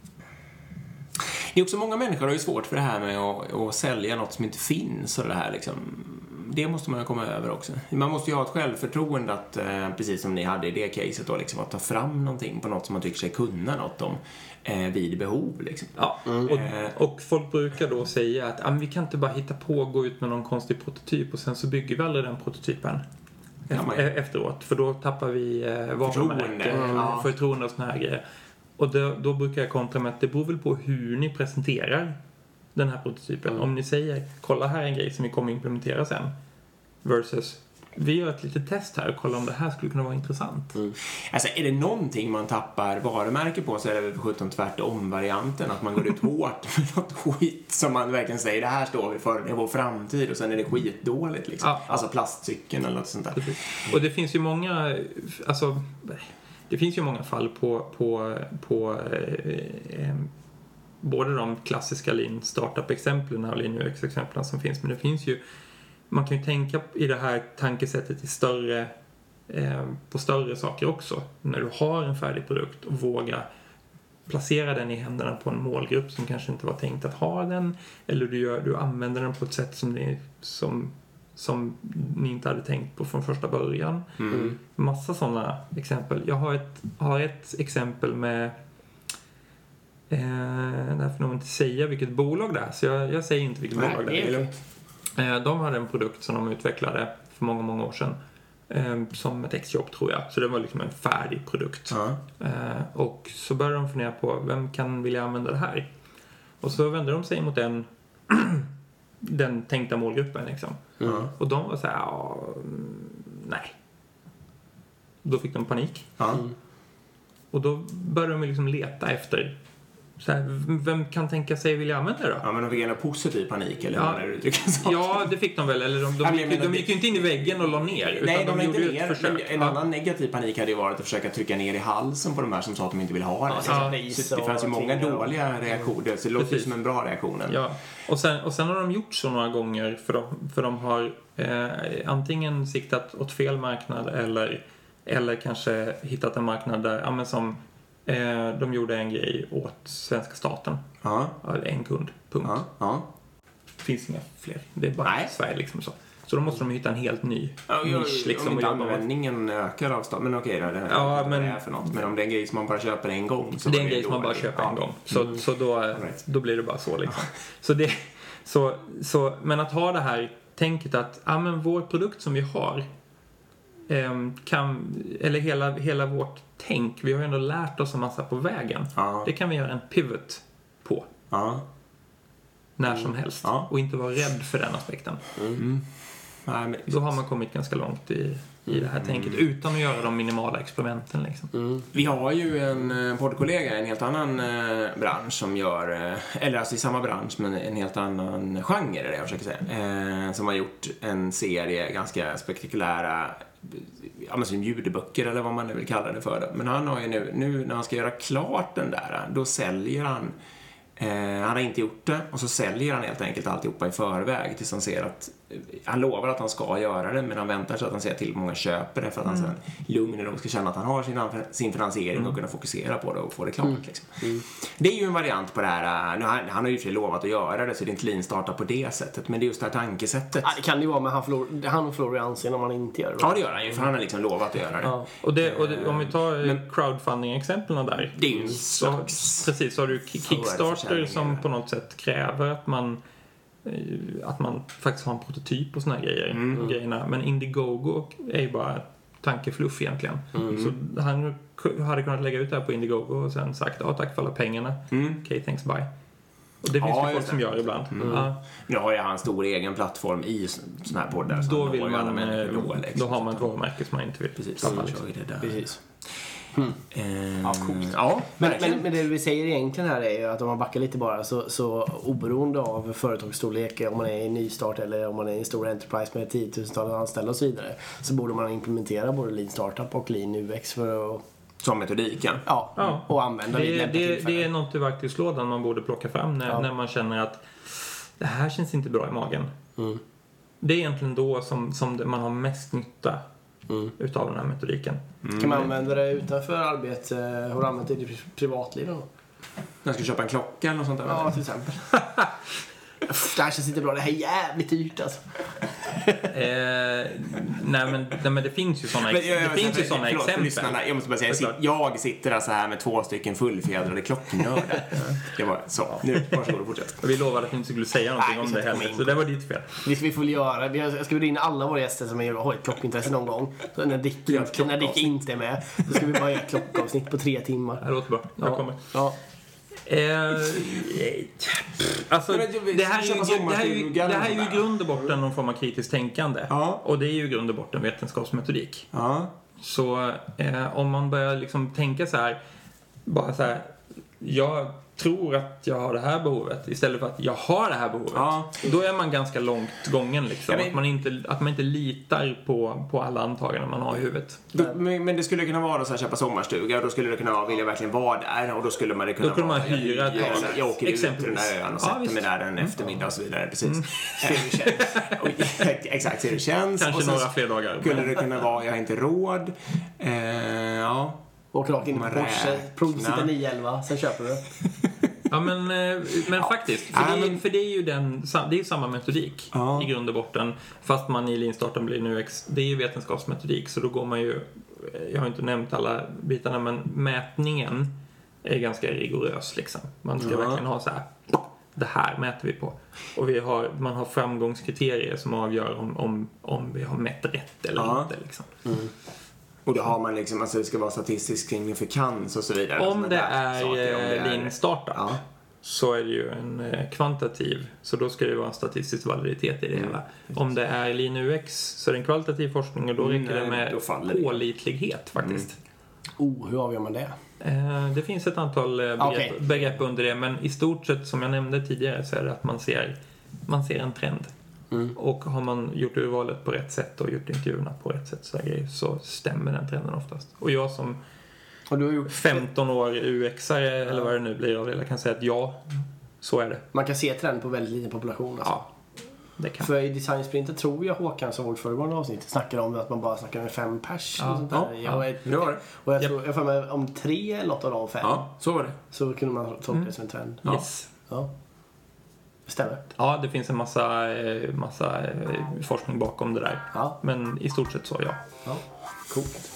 Det är också många människor har ju svårt för det här med att, att sälja något som inte finns och det här liksom. Det måste man ju komma över också. Man måste ju ha ett självförtroende att, eh, precis som ni hade i det caset då, liksom, att ta fram någonting på något som man tycker sig kunna något om eh, vid behov liksom. Ja, mm. och, och folk brukar då säga att ah, men vi kan inte bara hitta på och gå ut med någon konstig prototyp och sen så bygger vi aldrig den prototypen ja, man... efteråt, för då tappar vi eh, varumärken, mm. ja. förtroende och såna här grejer. Och då, då brukar jag kontra med att det beror väl på hur ni presenterar den här prototypen. Mm. Om ni säger, kolla här är en grej som vi kommer implementera sen. Versus, vi gör ett litet test här och kollar om det här skulle kunna vara intressant. Mm. Alltså är det någonting man tappar varumärke på så är det väl för sjutton tvärtom-varianten. Att man går ut hårt med något skit som man verkligen säger, det här står vi för, det är vår framtid. Och sen är det skitdåligt liksom. Ja, alltså plastcykeln eller något sånt där. Precis. Och det finns ju många, alltså, det finns ju många fall på, på, på eh, eh, både de klassiska Lean Startup-exemplen och Lean U X-exemplen som finns. Men det finns ju, man kan ju tänka i det här tankesättet i större, eh, på större saker också. När du har en färdig produkt och våga placera den i händerna på en målgrupp som kanske inte var tänkt att ha den. Eller du, gör, du använder den på ett sätt som ni, som, som ni inte hade tänkt på från första början. Mm. Massa sådana exempel. Jag har ett, har ett exempel med... Eh, därför nog inte säga vilket bolag det är. Så jag, jag säger inte vilket Nej, bolag det är. Det är eh, de hade en produkt som de utvecklade för många, många år sedan. Eh, som ett exjobb tror jag. Så det var liksom en färdig produkt. Mm. Eh, och så började de fundera på vem kan vilja använda det här. Och så vände de sig mot den, den tänkta målgruppen liksom. Mm. Och de var så här, ja, nej. Då fick de panik. Mm. Och då började de liksom leta efter så här, vem kan tänka sig vilja använda det då? Ja, men de fick en positiv panik eller ja, vad du så. Ja, det fick de väl. Eller de, de, de, gick, de gick ju inte in i väggen och la ner. Nej, utan de, de gjorde ett försök. En ja. annan negativ panik hade ju varit att försöka trycka ner i halsen på de här som sa att de inte vill ha det. Ja, ja. Så det fanns ju många dåliga reaktioner. Så det låter ju som en bra reaktion. Ja, och sen, och sen har de gjort så några gånger för de, för de har eh, antingen siktat åt fel marknad eller, eller kanske hittat en marknad där, ja, men som Eh, de gjorde en grej åt svenska staten. Ja. En kund, punkt. Ja. Ja. finns inga fler. Det är bara Nej. Sverige liksom så. Så då måste de hitta en helt ny Ja, jag, nisch liksom. om inte och jobba med. användningen ökar av stan. Men okej då, det är Ja, inte men- vad det är för något. Men om det är en grej som man bara köper en gång. Så Det är var en grej som man bara dålig. köper Ja. en gång. Så, Mm. så då, right. då blir det bara så liksom. Så det, så, så, men att ha det här tänket att ja, men vår produkt som vi har ehm, kan, eller hela, hela vårt tänk, vi har ju ändå lärt oss en massa på vägen. Ja. Det kan vi göra en pivot på Ja. när som helst. Ja. Och inte vara rädd för den aspekten. Mm. Nej, men, Då har man kommit ganska långt i, i det här tänket utan att göra de minimala experimenten liksom. Mm. Vi har ju en eh, poddkollega i en helt annan eh, bransch som gör, eh, eller alltså i samma bransch men en helt annan genre är det jag försöker säga. Eh, som har gjort en serie ganska spektakulära, ja men som ljudböcker eller vad man nu vill kalla det för. Då. Men han har ju nu, nu när han ska göra klart den där, då säljer han, eh, han har inte gjort det och så säljer han helt enkelt alltihopa i förväg tills han ser att, han lovar att han ska göra det men han väntar så att han ser till hur många köper det för att han sen lugn och ska känna att han har sin, sin finansiering och kunna fokusera på det och få det klart. Liksom. Mm. Det är ju en variant på det här, nu, han, han har ju för lovat att göra det så det är inte lean starta på det sättet men det är just det här tankesättet. Ja, det kan det ju vara, men han förlorar, han förlorar anseende om han inte gör det. Ja det gör han ju för han har liksom lovat att göra det. Ja. Och, det, och det, om vi tar Men- crowdfunding-exemplen där. Det är ju en Så, slags... precis, så har du Kickstarter förförsäljning, som eller? på något sätt kräver att man eh, att man faktiskt har en prototyp och såna här grejer. Mm. Och grejerna. Men Indiegogo är ju bara tankefluff egentligen. Mm. Så han k- hade kunnat lägga ut det här på Indiegogo och sen sagt ja tack för alla pengarna. Mm. Okej, thanks bye. Och det finns Ja, ju folk just som det. gör ibland. Mm. Ja, Nu har ju han stor egen plattform i såna här poddar. så då han vill når ju alla man, människor eh, då, då, liksom. har man ett varumärke som man inte vill Precis, tappa. så liksom. kör ju det där. Precis. Eh, Ja, coolt. Ja, Men, verkligen. men, men det vi säger egentligen här är ju att om man backar lite bara så, så oberoende av företagsstorlek, om man är i nystart eller om man är i en stor enterprise med tiotusentals anställda och så vidare, så borde man implementera både Lean Startup och Lean U X för att Som metodiken. ja, Ja. och använda Det, vid det, lämpliga det är tillfällen. något i verktygslådan man borde plocka fram när, Ja. när man känner att det här känns inte bra i magen. Mm. Det är egentligen då som, som det, man har mest nytta Mm. utav den här metodiken. Kan man använda det utanför arbete? Har du använt det i ditt privatliv då? Jag ska köpa en klocka eller något sånt där. Ja, till exempel. Uff, det här känns inte bra. Det här är jävligt dyrt alltså. eh, nej, men, nej men det finns ju sådana Men jag- jag- det finns ju förlåt, såna för exempel. lyssnarna. Jag måste bara säga, jag, Såklart. sit, jag sitter alltså här med två stycken fullfjädrade klocknördar. Det var så. Nu, varsågod och fortsätt. Och vi lovade att vi inte skulle säga någonting Nej, vi om ska det inte komma heller. in Så på det var ditt fel. Det ska vi få göra. Vi har- Jag ska bjuda in alla våra gäster som är, har ett klockintresse någon gång. Så när Dick, Vi gör ett när Dick klockavsnitt. inte är med, då ska vi bara göra ett klockavsnitt på tre timmar. Det låter bra. Jag kommer. Ja. Eh, alltså, Men det- det här är ju, köpa det här är ju, sommarstugan det och här är ju i sådär. grund och botten någon form av kritiskt tänkande. Ja. Och det är ju i grund och botten vetenskapsmetodik. Ja. Så eh, om man börjar liksom tänka så här, bara så här, jag tror att jag har det här behovet istället för att jag har det här behovet. Ja. Då är man ganska långt gången liksom. Ja, men- att, man inte, att man inte litar på, på alla antaganden man har i huvudet. Då, men, men det skulle kunna vara så här, köpa sommarstuga och då skulle det kunna vara, vill jag verkligen vara där och då skulle man det kunna Då kunde vara, man hyra ett jag, tag. jag, jag åker ut till den Exempelvis. där ön och Ja, sätter visst. mig där en eftermiddag och så vidare. Precis. Mm. Ser hur det känns. Och, exakt, ser hur det känns. Kanske och sen några fler dagar. skulle det kunna vara, jag har inte råd. Eh, ja. Åker rakt in på Man Porsche, räknar. provsitter nio elva, sen köper du det. Ja, men, eh, men faktiskt. För, Ja, det, är, men- för det är ju den, det är ju samma metodik Ja. i grund och botten. Fast man i Lean-starten blir nu ex, det är ju vetenskapsmetodik. Så då går man ju, jag har inte nämnt alla bitarna, men mätningen är ganska rigorös liksom. Man ska Ja. verkligen ha så här, det här mäter vi på. Och vi har, man har framgångskriterier som avgör om, om, om vi har mätt rätt eller Ja. inte liksom. Och då har man liksom, alltså det ska vara statistisk signifikans och så vidare. Om Sådana det där är, saker, om det eh, Lean-startup Ja. så är det ju en eh, kvantitativ, så då ska det vara en statistisk validitet i det hela. Om det är Lean U X så är det en kvalitativ forskning och då Mm, räcker det nej, med då faller det. pålitlighet faktiskt. Oh, hur avgör man det? Eh, det finns ett antal eh, begrepp, Okej. begrepp under det, men i stort sett som jag nämnde tidigare så är det att man ser, man ser en trend. Mm. Och har man gjort urvalet på rätt sätt och gjort intervjuerna på rätt sätt så, grejer, så stämmer den trenden oftast. Och jag som Och du har gjort, femton år U X-are eller vad det nu blir av det, jag kan säga att ja, så är det. man kan se trend på väldigt liten population. Alltså. Ja, det kan. För i Design Sprinter tror jag Håkan som vårt föregående avsnitt snackade om att man bara snackar med fem pers. Ja, och sånt ja, där. ja. Jag, Det var det. och jag Japp. tror, jag får med om tre eller något av de fem Ja, så var det. så kunde man tolka det Mm. som en trend. Ja. Yes. Ja. Stämmer. Ja, det finns en massa, eh, massa eh, forskning bakom det där. Ja. Men i stort sett så, ja. Ja, coolt.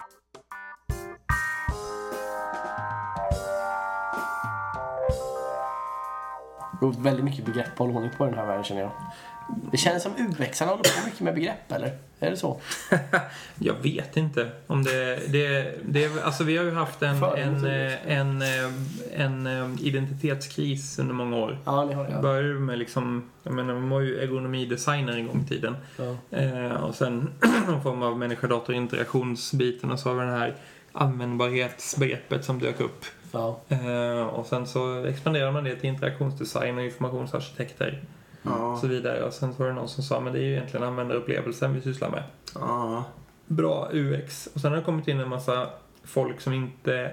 Och väldigt mycket begrepp håller hon på i den här världen, känner jag. Det känns som U X-arna håller på mycket med begrepp, eller? Är det så? Jag vet inte om det... det, det alltså vi har ju haft en, en, en, en, en identitetskris under många år. Ja, ni har det. Det började med liksom... Jag menar, man var ju ergonomidesigner en gång i tiden. Ja. Eh, och sen någon form av människa-dator-interaktionsbiten, och så har vi den här användbarhetsbegreppet som dök upp. Ja. Eh, och sen så expanderar man det till interaktionsdesign och informationsarkitekter. Ja. Och så vidare. Och sen var det någon som sa, men det är ju egentligen användarupplevelsen vi sysslar med. Ja. Bra U X. Och sen har det kommit in en massa folk som inte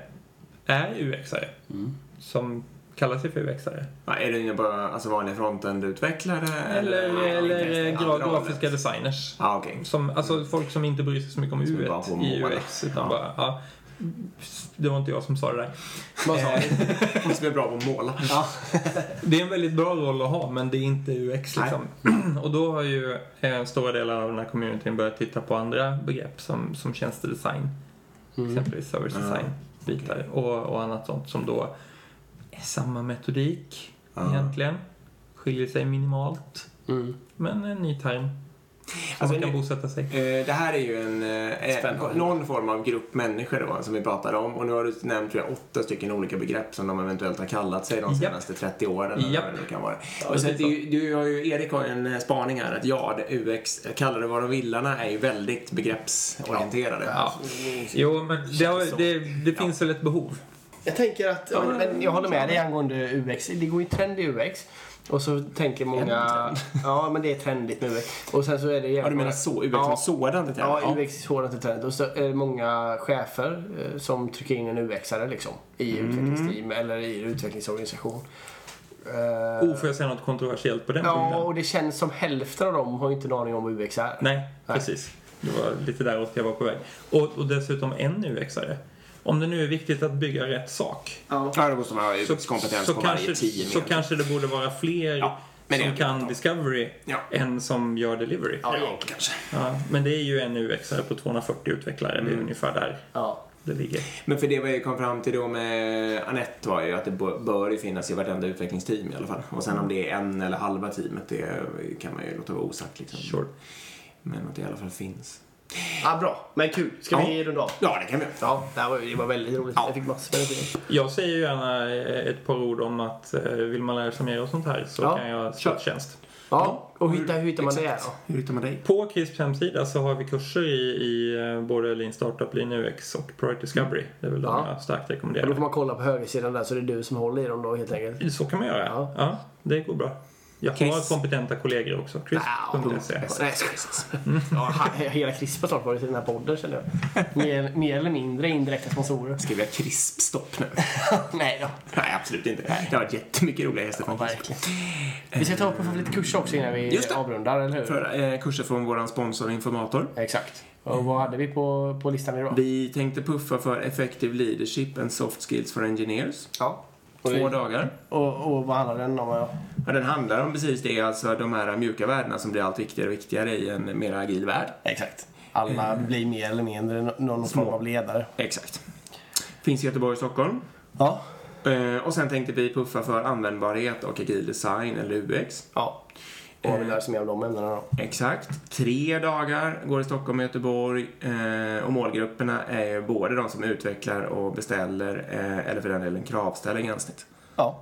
är U X-are. Mm. Som kallar sig för U X-are. Ja, är det bara alltså vanliga frontend-utvecklare? Eller, eller, eller gra- andra grafiska hållet? designers. Ja, okej. Som, alltså folk som inte bryr sig så mycket om Som U bara X får i U måla. X. Utan Ja. bara, ja. Det var inte jag som sa det där. Vad sa du? Måste bli bra på att måla. Ja. Det är en väldigt bra roll att ha, men det är inte U X liksom. Och då har ju eh, stora delar av den här communityn börjat titta på andra begrepp som, som tjänstedesign. Mm. Exempelvis service design Ja, bitar okej. och, och annat sånt som då är samma metodik Ja. egentligen. Skiljer sig minimalt, Mm. men en ny term. Som Alltså, man kan nu- bosätta sig. Eh, Det här är ju en, eh, Spännande. någon form av grupp människor då, som vi pratade om. Och nu har du nämnt tror jag, åtta stycken olika begrepp som de eventuellt har kallat sig de Japp. senaste trettio åren. Eller Japp. vad det nu kan vara. Ja, och sen, precis det, är ju- du har ju, Erik har ju en eh, spaning här att ja, det, U X, kallar det vad de villarna, är ju väldigt begreppsorienterade. Ja. Jo, men det, har, det, det finns väl ett behov. Jag tänker att, ja, men jag håller med dig angående U X. Det går ju trend i U X. Och så tänker många, ja men det är trendigt med U X. Och sen så är det Ja, du menar så, U X som Ja. sådant? Ja, U X är sådant är trendigt. Och så är det många chefer eh, som trycker in en U X-are liksom, i Mm. utvecklingsteam eller i utvecklingsorganisation. Eh, Oh, får jag säga något kontroversiellt på den ja, punkten? och det känns som hälften av dem har ju inte en aning om vad U X är. Nej, precis. Det var lite däråt jag var på väg. Och, och dessutom en U X-are. Om det nu är viktigt att bygga rätt sak, Ja. Ja, då måste man ha så, kompetens så, på kanske, varje team. så egentligen. kanske det borde vara fler Ja, men det som är kan bra. discovery Ja. än som gör delivery. Ja, Ja, egentligen. kanske. Ja, men det är ju en U X-are på tvåhundrafyrtio utvecklare. Det är ungefär där Ja. det ligger. Men för det vi kom fram till då med Anette var ju att det bör bör ju finnas i vartenda utvecklingsteam i alla fall. Och sen om det är en eller halva teamet, det kan man ju låta vara osagt liksom. Sure. Men att det i alla fall finns. Ja, bra. Men kul. Ska Ja. vi runda av? Ja, det kan vi göra. Ja, det, här var, det var väldigt roligt. Ja. Jag fick massor med energi. Jag säger ju gärna ett par ord om att eh, vill man lära sig mer och sånt här så Ja, kan jag kör. köpa tjänst. Ja, och hur, hur hittar man det Exakt. då? Hur hittar man dig? På Crisps hemsida så har vi kurser i, i eh, både Lean Startup, Lean U X och Product Discovery. Det är väl de Ja. jag starkt Och då rekommenderar. får man kolla på högersidan där så det är du som håller i dem då helt enkelt. Så kan man göra. Ja. Ja, det går bra. Jag har Chris. kompetenta kollegor också. Crisp punkt se. Nej, jag skojar. Ja, he- hela Crisp har snart varit i den här podden känner jag. Mer, mer eller mindre indirekta sponsorer. Ska vi ha krispstopp nu? Nej då. Nej, absolut inte. Det har varit jättemycket roliga gäster Ja, från Crisp. verkligen. Vi ska ta upp och få lite kurser också innan vi Just det. avrundar, eller hur? För eh, kurser från våran sponsor Informator. Exakt. Och vad hade vi på, på listan idag? Vi tänkte puffa för Effective Leadership and Soft Skills for Engineers. Ja. Och, Två vi, dagar. och, och vad handlar den om? Ja? Ja, den handlar om precis det, alltså de här mjuka värdena som blir allt viktigare och viktigare i en mer agil värld. Exakt. Alla blir mer eller mindre nå- någon Små. form av ledare. Exakt. Finns i Göteborg och Stockholm. Ja. Eh, och sen tänkte vi puffa för användbarhet och agil design eller U X. Ja. Och vi lär sig mer om de ämnena då. Exakt. Tre dagar går i Stockholm och Göteborg. Eh, och målgrupperna är ju både de som utvecklar och beställer eh, eller för den delen kravställer gränssnitt. Ja.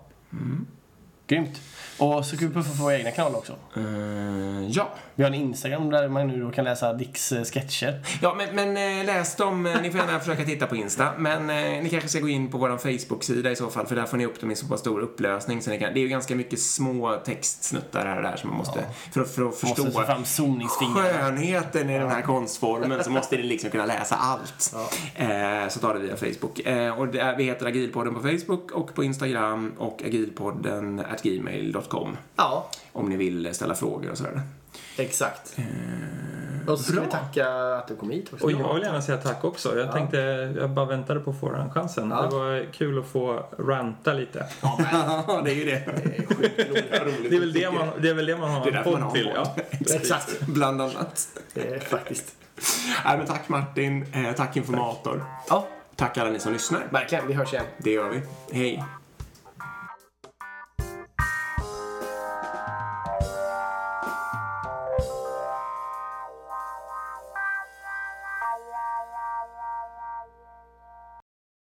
Grymt. Och så kan vi puffa för våra egna kanaler också. Eh, ja. Vi har en Instagram där man nu då kan läsa Dicks eh, sketcher. Ja, men, men eh, läs dem. Eh, Ni får gärna försöka titta på Insta. Men eh, ni kanske ska gå in på vår Facebook-sida i så fall. För där får ni upp dem i så pass stor upplösning. Så ni kan, det är ju ganska mycket små textsnuttar här och där som man måste... För, att- för att förstå Måste få fram zoningsfingrar. skönheten i den här konstformen så måste ni liksom kunna läsa allt. Eh, så tar det via Facebook. Eh, och det är, vi heter Agilpodden på Facebook och på Instagram och agilpodden at gmail dot com Ja, om ni vill ställa frågor och sådär. exakt. Eh, Och så ska Bra. vi tacka att du kom hit också. Och jag vill gärna säga tack också. Jag tänkte, jag bara väntade på att få den chansen. Ja. Det var kul att få ranta lite. Ja, det är ju det. Det är sjukt roligt. Det är väl det man, det är väl det man har Det är en därför man podd har till. en Ja. podd. Exakt. Bland annat. Eh, faktiskt. Nej, men tack Martin. Eh, tack informator. Ja, Tack alla ni som lyssnar. verkligen. Vi hörs igen. Det gör vi. Hej.